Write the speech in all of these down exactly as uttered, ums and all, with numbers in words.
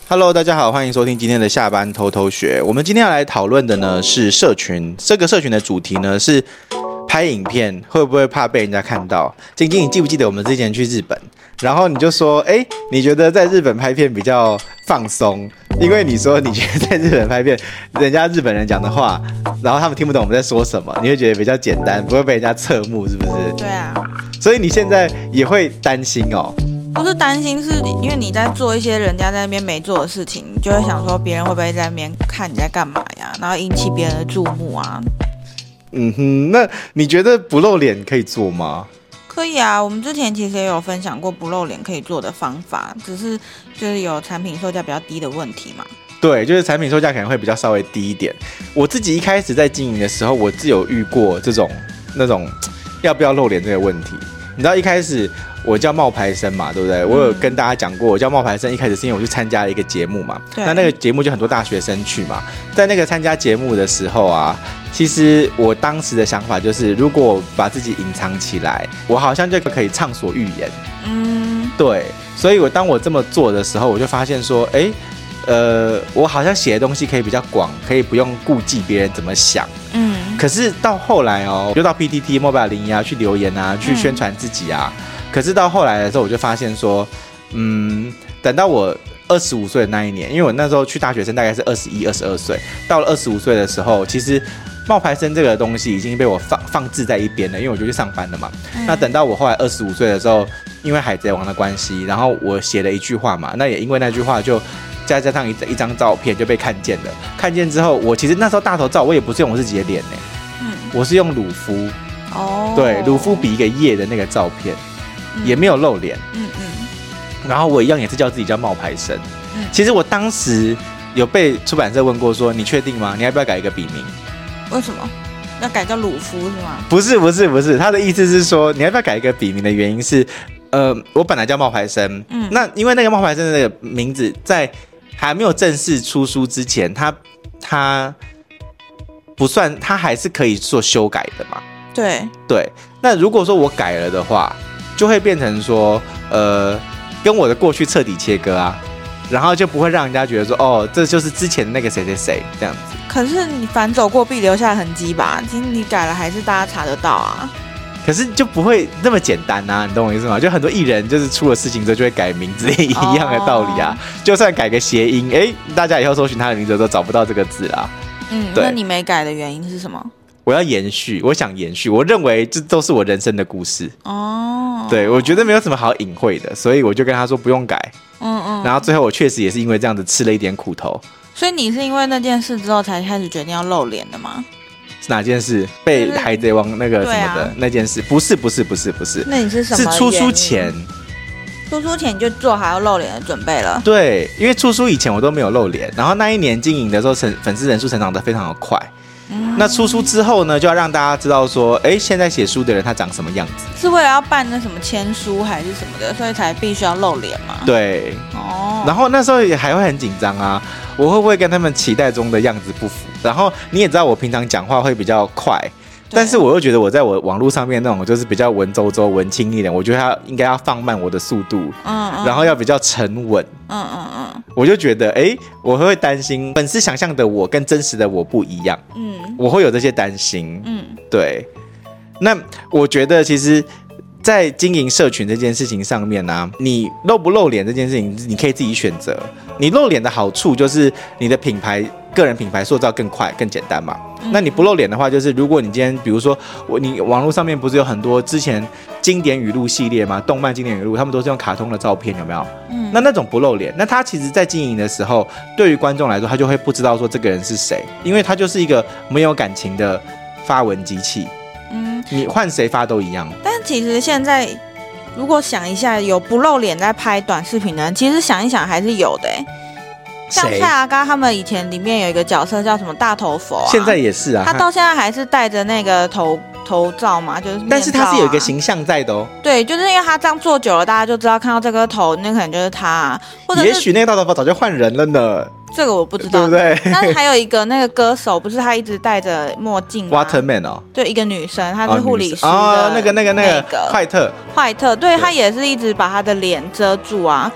Hello， 大家好，欢迎收听今天的下班偷偷学。我们今天要来讨论的呢是社群，这个社群的主题呢是拍影片会不会怕被人家看到？晶晶，你记不记得我们之前去日本，然后你就说，哎，你觉得在日本拍片比较放松，因为你说你觉得在日本拍片，人家日本人讲的话，然后他们听不懂我们在说什么，你会觉得比较简单，不会被人家侧目，是不是？ 对啊。 所以你现在也会担心哦？ 不是担心，是因为你在做一些人家在那边没做的事情，你就会想说别人会不会在那边看你在干嘛呀，然后引起别人的注目啊。 嗯哼，那你觉得不露脸可以做吗？ 可以啊，我们之前其实也有分享过不露脸可以做的方法，只是就是有产品售价比较低的问题嘛。对， 就是产品售价可能会比较稍微低一点。我自己一开始在经营的时候，我自有遇过这种那种要不要露脸这个问题。你知道一开始我叫冒牌生嘛，对不对？我有跟大家讲过，我叫冒牌生一开始是因为我去参加了一个节目嘛，那那个节目就很多大学生去嘛。在那个参加节目的时候啊，其实我当时的想法就是，如果我把自己隐藏起来，我好像就可以畅所欲言。嗯，对。所以我当我这么做的时候，我就发现说，哎，呃，我好像写的东西可以比较广，可以不用顾忌别人怎么想。嗯。可是到后来哦，就到 P T T、Mobile 零一啊，去留言啊，去宣传自己啊。嗯，可是到后来的时候，我就发现说，嗯，等到我二十五岁的那一年，因为我那时候去大学生大概是二十一、二十二岁，到了二十五岁的时候，其实冒牌生这个东西已经被我放放置在一边了，因为我就去上班了嘛。嗯，那等到我后来二十五岁的时候，因为海贼王的关系，然后我写了一句话嘛，那也因为那句话就再加上 一, 一张照片就被看见了。看见之后，我其实那时候大头照我也不是用我自己的脸呢，嗯，我是用鲁夫。哦，对，鲁夫比一个耶的那个照片。也没有露脸，嗯嗯，然后我一样也是叫自己叫冒牌生，嗯，其实我当时有被出版社问过说，你确定吗？你要不要改一个笔名？ 为什么要改叫鲁夫是吗？ 不是不是不是，他的意思是说你要不要改一个笔名的原因是，呃，我本来叫冒牌生，嗯，那因为那个冒牌生的那个名字在还没有正式出书之前，他他不算，他还是可以做修改的嘛， 对对，那如果说我改了的话，就会变成说，呃，跟我的过去彻底切割啊，然后就不会让人家觉得说，哦，这就是之前的那个谁谁谁这样子。 可是你反走过必留下痕迹吧？今天你改了，还是大家查得到啊？ 可是就不会那么简单啊，你懂我意思吗？就很多艺人就是出了事情之后就会改名字，一样的道理啊。Oh. 就算改个谐音，哎，大家以后搜寻他的名字都找不到这个字啊。 嗯，那你没改的原因是什么？ 我要延续，我想延续，我认为这都是我人生的故事哦。对，我觉得没有什么好隐晦的，所以我就跟他说不用改。嗯嗯。然后最后我确实也是因为这样子吃了一点苦头。 所以你是因为那件事之后才开始决定要露脸的吗？ 是哪件事？被海贼王那个什么的、啊、那件事？不是不是不是不是。 那你是什么？ 是出书前。 出书前你就做好要露脸的准备了。 对，因为出书以前我都没有露脸，然后那一年经营的时候，粉丝人数成长得非常的快。那出书之后呢，就要让大家知道说，哎，现在写书的人他长什么样子？ 是为了要办那什么签书还是什么的，所以才必须要露脸吗？ 对，哦。然后那时候也还会很紧张啊，我会不会跟他们期待中的样子不符？然后你也知道我平常讲话会比较快，但是我又觉得我在我网络上面那种就是比较文绉绉、文青一点，我觉得他应该要放慢我的速度，嗯嗯，然后要比较沉稳，嗯嗯嗯，我就觉得，哎，我会担心粉丝想象的我跟真实的我不一样，嗯，我会有这些担心，嗯，对。那我觉得其实，在经营社群这件事情上面啊，你露不露脸这件事情，你可以自己选择。你露脸的好处就是你的品牌、个人品牌塑造更快、更简单嘛。嗯、那你不露脸的话，就是如果你今天，比如说我，你网络上面不是有很多之前经典语录系列嘛，动漫经典语录，他们都是用卡通的照片，有没有？嗯。那那种不露脸，那他其实在经营的时候，对于观众来说，他就会不知道说这个人是谁，因为他就是一个没有感情的发文机器。嗯。你换谁发都一样。 但其实现在。如果想一下，有不露脸在拍短视频的人，其实想一想还是有的哎。像蔡阿嘎他们以前里面有一个角色叫什么大头佛、啊， 现在也是啊。 他到现在还是戴着那个头头罩嘛，就是、啊。 但是他是有一个形象在的哦。 对，就是因为他这样做久了，大家就知道看到这个头，那可能就是他、啊。或者是也许那个大头佛早就换人了呢。 这个我不知道， 对不对？ 但是还有一个那个歌手，不是他一直戴着墨镜吗 ？Waterman 哦， 对，一个女生，她是护理师的、 哦、那个那个那个坏特， 坏特，对，她也是一直把她的脸遮住啊。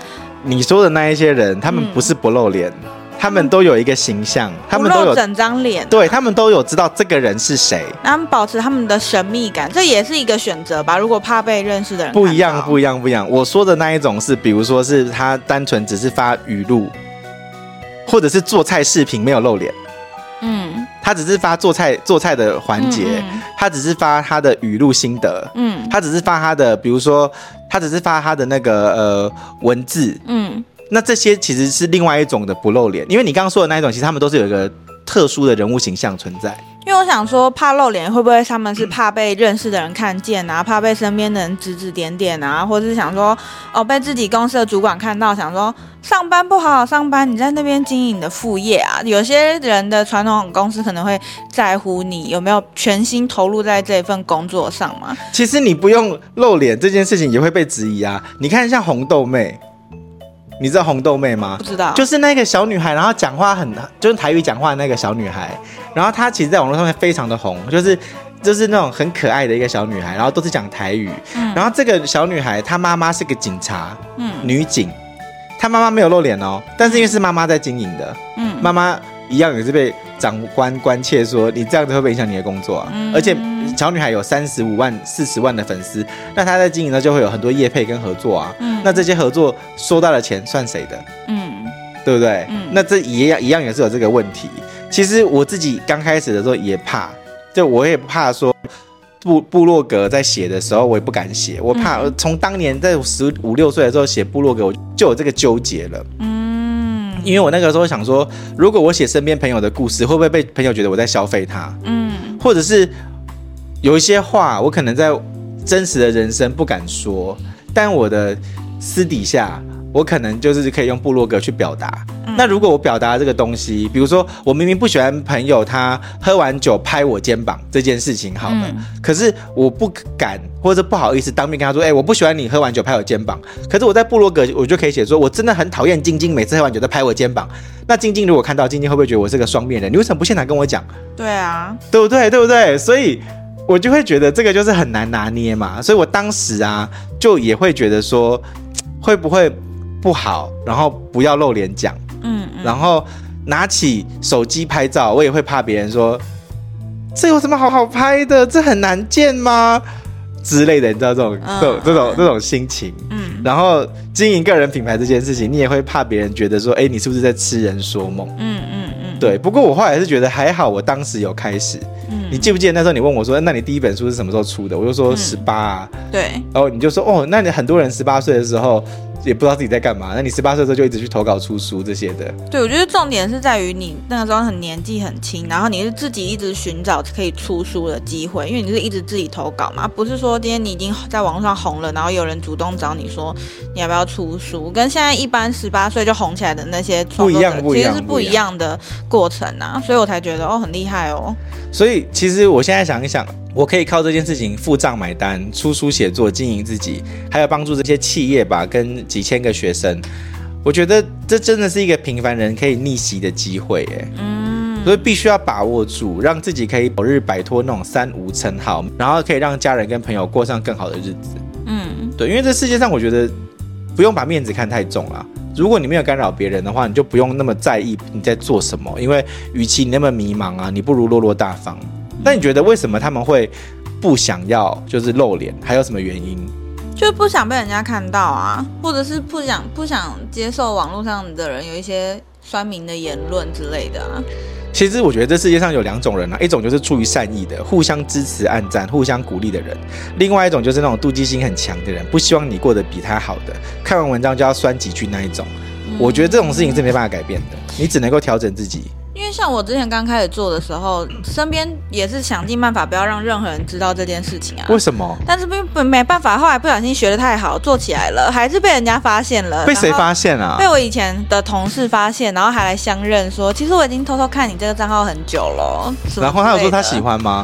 你说的那一些人，他们不是不露脸。嗯，他们都有一个形象，他们都有整张脸，啊， 对他们都有知道这个人是谁， 他们保持他们的神秘感，这也是一个选择吧。如果怕被认识的人看到， 不一样，不一样，不一样。我说的那一种是，比如说是他单纯只是发语录，或者是做菜视频没有露脸，嗯，他只是发做菜做菜的环节，嗯嗯，他只是发他的语录心得，嗯，他只是发他的，比如说他只是发他的那个呃文字，嗯。那这些其实是另外一种的不露脸，因为你刚刚说的那一种，其实他们都是有一个特殊的人物形象存在。 因为我想说，怕露脸会不会他们是怕被认识的人看见啊，怕被身边的人指指点点啊，或者是想说哦被自己公司的主管看到，想说上班不好好上班，你在那边经营你的副业啊。有些人的传统公司可能会在乎你有没有全心投入在这份工作上嘛。 其实你不用露脸这件事情也会被质疑啊。你看像红豆妹。你知道红豆妹吗？ 不知道， 就是那个小女孩，然后讲话很，就是台语讲话的那个小女孩，然后她其实在网络上面非常的红，就是就是那种很可爱的一个小女孩，然后都是讲台语，嗯，然后这个小女孩她妈妈是个警察，嗯，女警，她妈妈没有露脸哦，但是因为是妈妈在经营的，嗯，妈妈一样也是被长官关切说你这样子会不会影响你的工作啊？嗯，而且小女孩有三十五万、四十万的粉丝，那她在经营呢就会有很多业配跟合作啊。嗯，那这些合作收到的钱算谁的？嗯，对不对？嗯，那这一样一样也是有这个问题。其实我自己刚开始的时候也怕，就我也怕说部部落格在写的时候，我也不敢写，我怕从当年在十五六岁的时候写部落格，我就有这个纠结了。嗯，因为我那个时候想说，如果我写身边朋友的故事，会不会被朋友觉得我在消费他？嗯，或者是有一些话，我可能在真实的人生不敢说，但我的私底下，我可能就是可以用部落格去表达。嗯，那如果我表达这个东西，比如说我明明不喜欢朋友他喝完酒拍我肩膀这件事情好了，嗯，可是我不敢或者不好意思当面跟他说，哎，欸，我不喜欢你喝完酒拍我肩膀。可是我在部落格我就可以写说，我真的很讨厌晶晶每次喝完酒都拍我肩膀。那晶晶如果看到，晶晶会不会觉得我是个双面人？你为什么不现场跟我讲？ 对啊， 对不对？对不对？所以我就会觉得这个就是很难拿捏嘛。所以我当时啊，就也会觉得说，会不会不好，然后不要露脸讲，嗯，嗯，然后拿起手机拍照，我也会怕别人说，这有什么好好拍的？这很难见吗？之类的，你知道这种、嗯、这种这种这种心情，嗯，然后经营个人品牌这件事情，你也会怕别人觉得说，哎，你是不是在痴人说梦？嗯嗯嗯，对。不过我后来是觉得还好，我当时有开始。嗯，你记不记得那时候你问我说，那你第一本书是什么时候出的？我就说十八啊， 对。 然后你就说，哦，那你很多人十八岁的时候也不知道自己在干嘛，那你十八岁的时候就一直去投稿出书这些的。 对，我觉得重点是在于你那个时候很年纪很轻，然后你是自己一直寻找可以出书的机会，因为你是一直自己投稿嘛，不是说今天你已经在网络上红了，然后有人主动找你说你要不要出书，跟现在一般十八岁就红起来的那些创作者其实是不一样的过程啊，所以我才觉得哦很厉害哦。 所以其实我现在想一想，我可以靠这件事情付账买单、出书写作、经营自己，还有帮助这些企业吧，跟几千个学生。我觉得这真的是一个平凡人可以逆袭的机会耶。嗯，所以必须要把握住，让自己可以早日摆脱那种三无称号，然后可以让家人跟朋友过上更好的日子。嗯，对，因为这世界上我觉得不用把面子看太重啦。如果你没有干扰别人的话，你就不用那么在意你在做什么，因为与其你那么迷茫啊，你不如落落大方。那你觉得为什么他们会不想要就是露脸？还有什么原因？ 就不想被人家看到啊，或者是不想不想接受网络上的人有一些酸民的言论之类的啊。 其实我觉得这世界上有两种人啊，一种就是出于善意的，互相支持、按赞、互相鼓励的人；另外一种就是那种妒忌心很强的人，不希望你过得比他好的，看完文章就要酸几句那一种。嗯、我觉得这种事情是没办法改变的，你只能够调整自己。 因为像我之前刚开始做的时候，身边也是想尽办法不要让任何人知道这件事情啊。 为什么？ 但是没办法，后来不小心学得太好，做起来了，还是被人家发现了。 被谁发现啊？ 被我以前的同事发现，然后还来相认说，其实我已经偷偷看你这个账号很久了。 然后他有说他喜欢吗？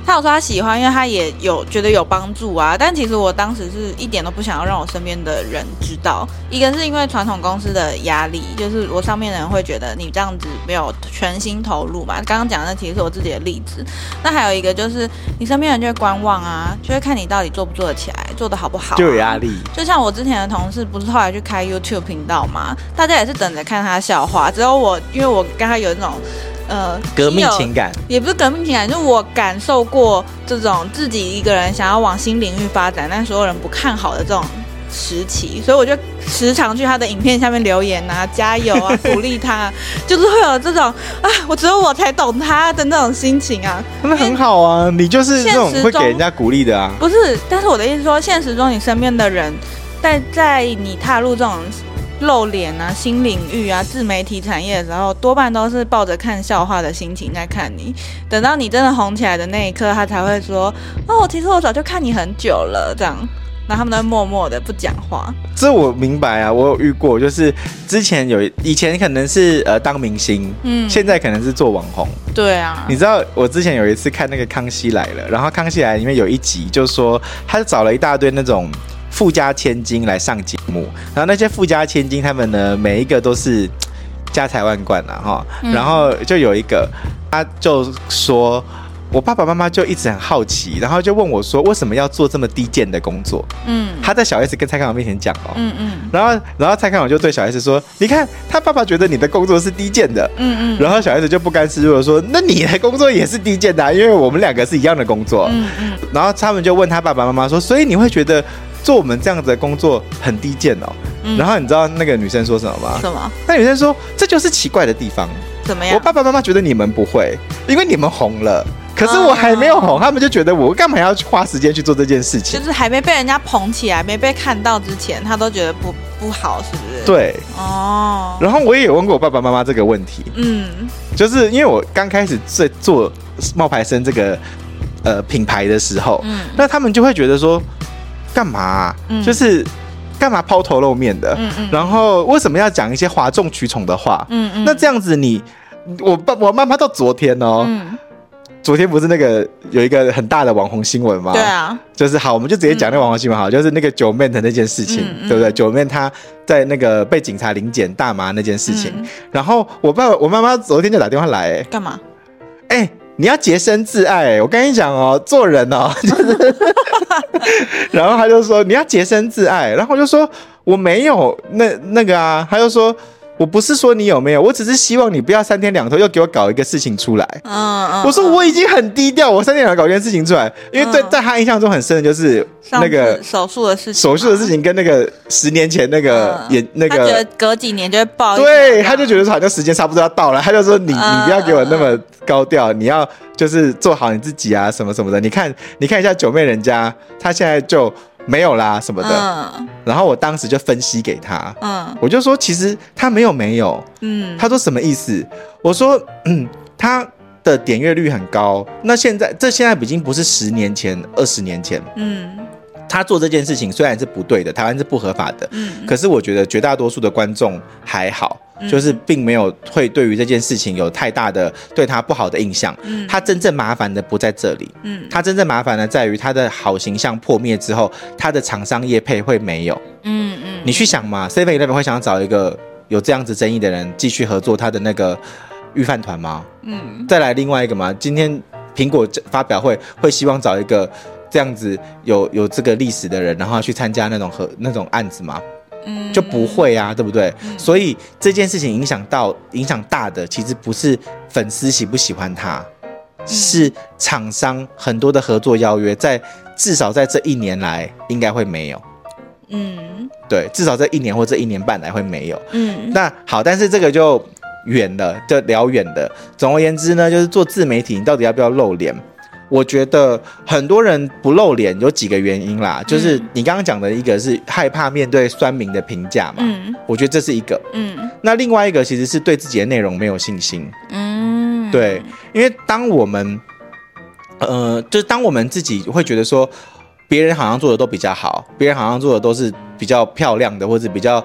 他有说他喜欢，因为他也有觉得有帮助啊。但其实我当时是一点都不想要让我身边的人知道。一个是因为传统公司的压力，就是我上面的人会觉得你这样子没有全心投入嘛。刚刚讲的其实是我自己的例子。那还有一个就是你身边人就会观望啊，就会看你到底做不做得起来，做得好不好、啊， 就有压力。就像我之前的同事，不是后来去开 YouTube 频道嘛，大家也是等着看他笑话。只有我，因为我跟他有那种。呃， 革命情感也不是革命情感，就是我感受过这种自己一个人想要往新领域发展，但所有人不看好的这种时期，所以我就时常去他的影片下面留言啊，加油啊，鼓励他、啊，就是会有这种啊，我只有我才懂他的那种心情啊， 那很好啊，你就是这种会给人家鼓励的啊。 不是，但是我的意思说，现实中你身边的人，在在你踏入这种。露脸啊，新领域啊，自媒体产业的时候，多半都是抱着看笑话的心情在看你。等到你真的红起来的那一刻，他才会说：“哦，其实我早就看你很久了。”这样，然后他们都会默默的不讲话。 这我明白啊，我有遇过，就是之前有以前可能是呃当明星，嗯，现在可能是做网红。 对啊， 你知道我之前有一次看那个《康熙来了》，然后《康熙来了》里面有一集就说，他找了一大堆那种。富家千金来上节目，然后那些富家千金他们呢，每一个都是家财万贯啊哈、嗯，然后就有一个，他就说，我爸爸妈妈就一直很好奇，然后就问我说，为什么要做这么低贱的工作？嗯，他在小 S 跟蔡康永面前讲哦，嗯嗯，然后然后蔡康永就对小 S 说，你看他爸爸觉得你的工作是低贱的，嗯嗯，然后小 S 就不甘示弱的说，那你的工作也是低贱的、啊，因为我们两个是一样的工作，嗯嗯，然后他们就问他爸爸妈妈说，所以你会觉得？做我们这样子的工作很低贱哦、嗯，然后你知道那个女生说什么吗？ 什么？ 那女生说这就是奇怪的地方。 怎么样？ 我爸爸妈妈觉得你们不会，因为你们红了，可是我还没有红，哦、他们就觉得我干嘛要花时间去做这件事情？ 就是还没被人家捧起来，没被看到之前，他都觉得不不好，是不是？ 对。哦。然后我也有问过我爸爸妈妈这个问题，嗯，就是因为我刚开始在做冒牌生这个呃品牌的时候，嗯，那他们就会觉得说。干嘛、啊嗯？就是干嘛抛头露面的？嗯嗯。然后为什么要讲一些哗众取宠的话？嗯嗯。那这样子你，我爸我妈妈到昨天哦，嗯、昨天不是那个有一个很大的网红新闻吗？ 对啊。 就是好，我们就直接讲那个网红新闻好，嗯、就是那个九妹的那件事情，嗯嗯、对不对？九妹她在那个被警察临检大麻那件事情，嗯、然后我爸我妈妈昨天就打电话来、欸， 干嘛？ 哎、欸。你要洁身自爱、欸，我跟你讲哦，做人哦，就是，然后他就说你要洁身自爱，然后我就说我没有那那个啊，他就说我不是说你有没有，我只是希望你不要三天两头又给我搞一个事情出来。嗯嗯，我说我已经很低调，我三天两头搞一件事情出来，因为对、嗯、在他印象中很深的就是那个手术的事情， 手术的事情跟那个十年前那个也、嗯、那个， 他觉得隔几年就会爆， 对，他就觉得说好像时间差不多要到了，他就说你、嗯、你不要给我那么高调，你要就是做好你自己啊什么什么的。你看你看一下九妹人家，她现在就。没有啦什么的、嗯，然后我当时就分析给他，嗯，我就说其实他没有没有，嗯，他说什么意思？我说嗯，他的点阅率很高，那现在这现在已经不是十年前、二十年前，嗯，他做这件事情虽然是不对的，台湾是不合法的，嗯，可是我觉得绝大多数的观众还好。就是并没有会对于这件事情有太大的对他不好的印象。嗯，他真正麻烦的不在这里。嗯，他真正麻烦的在于他的好形象破灭之后，他的厂商业配会没有。嗯嗯，你去想嘛 ，seven eleven 会想要找一个有这样子争议的人继续合作他的那个御饭团吗？嗯，再来另外一个嘛，今天苹果发表会会希望找一个这样子有有这个历史的人，然后去参加那种和那种案子吗？就不会啊，对不对？嗯、所以这件事情影响到影响大的，其实不是粉丝喜不喜欢他，嗯、是厂商很多的合作邀约，在至少在这一年来应该会没有。嗯，对，至少这一年或这一年半来会没有。嗯，那好，但是这个就远了，就聊远了。总而言之呢，就是做自媒体，你到底要不要露脸？我觉得很多人不露脸有几个原因啦，就是你刚刚讲的一个是害怕面对酸民的评价嘛，嗯，我觉得这是一个，嗯，那另外一个其实是对自己的内容没有信心，嗯，对，因为当我们，呃，就是当我们自己会觉得说别人好像做的都比较好，别人好像做的都是比较漂亮的，或者比较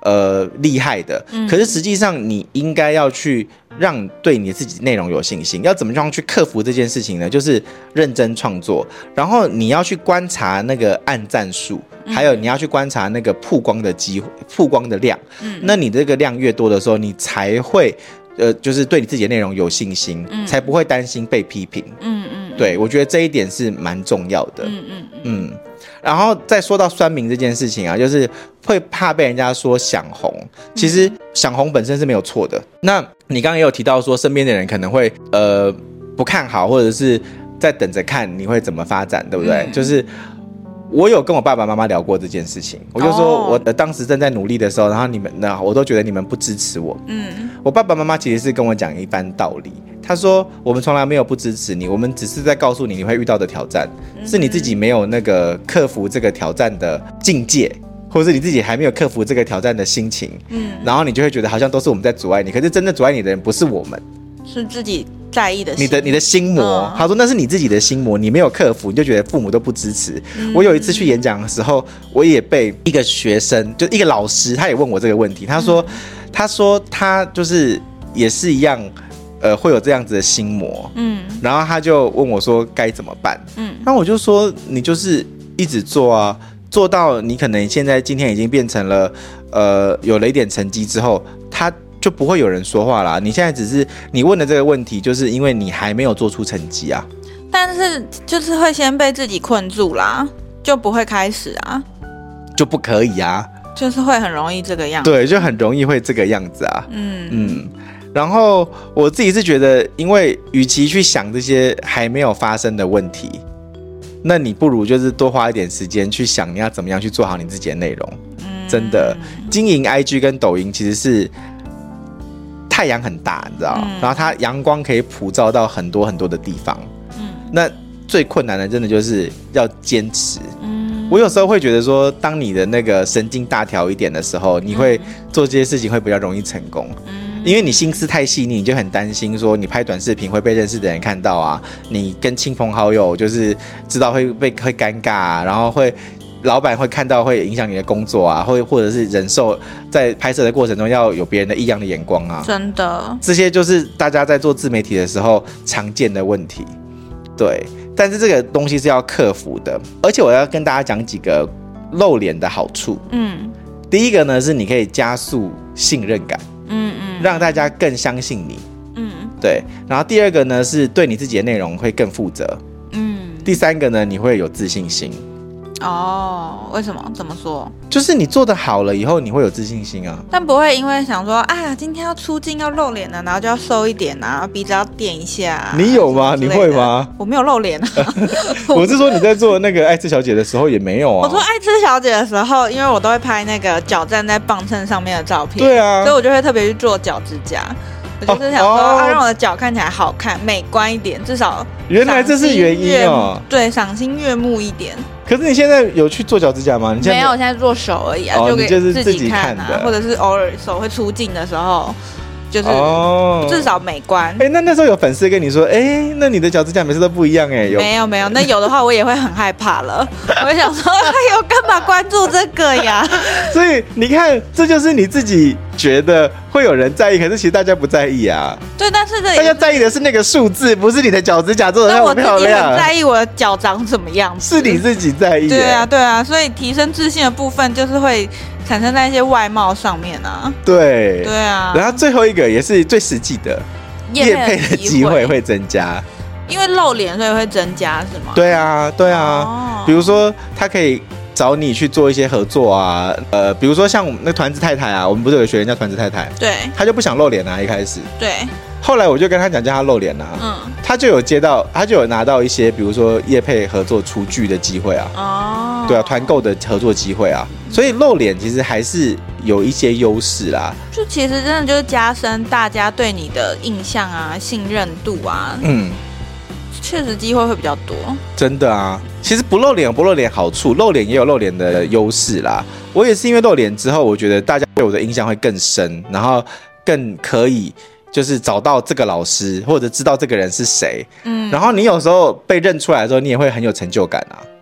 呃厉害的， 嗯、 可是实际上你应该要去让对你自己内容有信心。要怎么样去克服这件事情呢？就是认真创作，然后你要去观察那个按赞数，还有你要去观察那个曝光的机会、曝光的量。嗯，那你这个量越多的时候，你才会呃，就是对你自己的内容有信心，嗯、才不会担心被批评。嗯嗯，对，我觉得这一点是蛮重要的。嗯嗯嗯。然后再说到酸民这件事情啊，就是会怕被人家说想红，其实想红本身是没有错的。那你刚刚也有提到说，身边的人可能会呃不看好，或者是在等着看你会怎么发展，对不对？嗯、就是我有跟我爸爸妈妈聊过这件事情，我就说我当时正在努力的时候，然后你们呢，我都觉得你们不支持我。嗯，我爸爸妈妈其实是跟我讲一番道理。他说我们从来没有不支持你，我们只是在告诉你你会遇到的挑战，嗯、是你自己没有那个克服这个挑战的境界，或者是你自己还没有克服这个挑战的心情。嗯，然后你就会觉得好像都是我们在阻碍你，可是真正阻碍你的人不是我们， 是自己在意的心你的你的心魔。嗯、他说那是你自己的心魔，你没有克服，你就觉得父母都不支持。嗯、我有一次去演讲的时候，我也被一个学生，就一个老师，他也问我这个问题。他说，嗯、他说他就是也是一样。呃，会有这样子的心魔，嗯，然后他就问我说该怎么办，嗯，那我就说你就是一直做啊，做到你可能现在今天已经变成了，呃，有了一点成绩之后，他就不会有人说话啦。你现在只是你问的这个问题，就是因为你还没有做出成绩啊， 但是就是会先被自己困住啦，就不会开始啊， 就不可以啊， 就是会很容易这个样子， 对，就很容易会这个样子啊，嗯嗯。然后我自己是觉得，因为与其去想这些还没有发生的问题，那你不如就是多花一点时间去想你要怎么样去做好你自己的内容。嗯，真的，经营 I G 跟抖音其实是太阳很大，你知道，嗯、然后它阳光可以普照到很多很多的地方。嗯，那最困难的真的就是要坚持。嗯，我有时候会觉得说，当你的那个神经大条一点的时候，你会做这些事情会比较容易成功。嗯。因为你心思太细腻，你就很担心说你拍短视频会被认识的人看到啊，你跟亲朋好友就是知道会被会尴尬啊，然后会老板会看到会影响你的工作啊，或或者是忍受在拍摄的过程中要有别人的异样的眼光啊， 真的， 这些就是大家在做自媒体的时候常见的问题，对，但是这个东西是要克服的，而且我要跟大家讲几个露脸的好处。嗯，第一个呢是你可以加速信任感。嗯嗯，让大家更相信你，嗯，对。然后第二个呢，是对你自己的内容会更负责，嗯。第三个呢，你会有自信心。 哦，为什么？怎么说？ 就是你做得好了以后，你会有自信心啊。 但不会因为想说，啊，今天要出镜要露脸了，然后就要瘦一点啊，鼻子要垫一下、啊。 你有吗？你会吗？ 我没有露脸啊。 我是说你在做那个爱吃小姐的时候也没有啊。 我做爱吃小姐的时候，因为我都会拍那个脚站在磅秤上面的照片， 对啊， 所以我就会特别去做脚指甲。我就是想说，哦、啊，让我的脚看起来好看、美观一点，至少原来这是原因哦。 对，赏心悦目一点。 可是你现在有去做脚指甲吗？你现在没有，我现在做手而已啊， 哦、 就给自己看啊，看或者是偶尔手会出镜的时候，就是至少美观。 哎、哦，那那时候有粉丝跟你说，哎，那你的脚指甲每次都不一样哎，有没有没有？那有的话我也会很害怕了，我就想说，哎呦，干嘛关注这个呀？ 所以你看，这就是你自己觉得会有人在意，可是其实大家不在意啊。 对，但是这大家在意的是那个数字，不是你的脚指甲做的那么漂亮。 我自己很在意我的脚长什么样子， 是你自己在意。 对啊，对啊，所以提升自信的部分就是会产生在一些外貌上面啊。 对， 对啊。 然后最后一个也是最实际的，业配的机会会增加， 因为露脸所以会增加，是吗？ 对啊，对啊。哦、比如说，他可以找你去做一些合作啊，呃，比如说像我们那团子太太啊，我们不是有学人叫团子太太， 对， 他就不想露脸啊，一开始， 对， 后来我就跟他讲叫他露脸啊，嗯，他就有接到，他就有拿到一些，比如说业配合作出剧的机会啊，哦，对啊，团购的合作机会啊，所以露脸其实还是有一些优势啦， 就其实真的就是加深大家对你的印象啊、信任度啊，嗯。确实机会会比较多， 真的啊。其实不露脸有不露脸好处，露脸也有露脸的优势啦。我也是因为露脸之后，我觉得大家对我的印象会更深，然后更可以就是找到这个老师，或者知道这个人是谁。嗯，然后你有时候被认出来的时候，你也会很有成就感啊。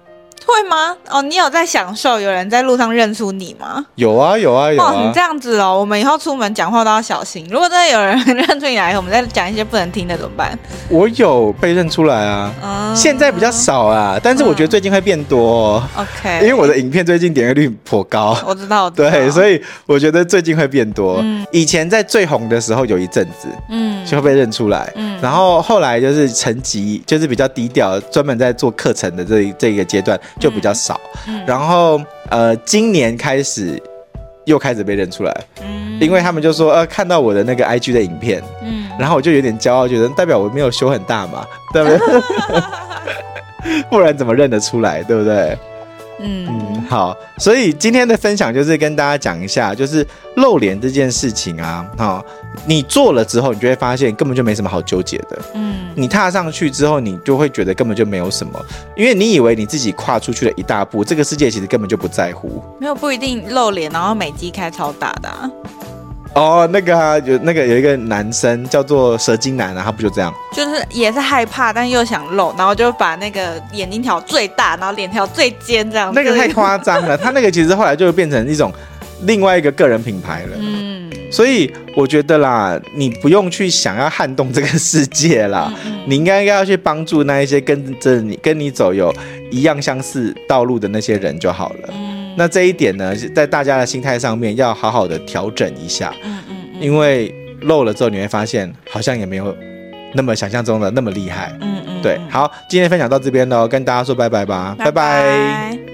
会吗？哦，你有在享受有人在路上认出你吗？ 有啊有啊有啊。 哦，你这样子哦，我们以后出门讲话都要小心。如果真的有人认出你来，我们再讲一些不能听的怎么办？ 我有被认出来啊，嗯、现在比较少啊，但是我觉得最近会变多、哦嗯。OK， 因为我的影片最近点阅率颇高。 我知道，我知道。 对，所以我觉得最近会变多。嗯、以前在最红的时候有一阵子，嗯，就会被认出来。嗯，然后后来就是层级，就是比较低调，专门在做课程的这这个阶段就比较少。嗯，然后呃，今年开始又开始被认出来。嗯，因为他们就说呃，看到我的那个 I G 的影片，嗯，然后我就有点骄傲，觉得代表我没有修很大嘛，对不对？不然怎么认得出来，对不对？嗯嗯，好，所以今天的分享就是跟大家讲一下，就是露脸这件事情啊，哦，你做了之后，你就会发现根本就没什么好纠结的。嗯，你踏上去之后，你就会觉得根本就没有什么，因为你以为你自己跨出去了一大步，这个世界其实根本就不在乎。 没有，不一定露脸，然后美肌开超大的啊。 哦，那个啊，有那个有一个男生叫做蛇精男啊，他不就这样？ 就是也是害怕，但又想露，然后就把那个眼睛调最大，然后脸调最尖，这样子。 那个太夸张了，他那个其实后来就变成一种另外一个个人品牌了。嗯，所以我觉得啦，你不用去想要撼动这个世界啦，嗯嗯，你应该要去帮助那一些跟着你、跟你走有一样相似道路的那些人就好了。嗯。那这一点呢，在大家的心态上面要好好的调整一下，嗯嗯嗯，因为露了之后你会发现好像也没有那么想象中的那么厉害，嗯嗯，对。好，今天分享到这边咯，跟大家说拜拜吧，拜拜。拜拜。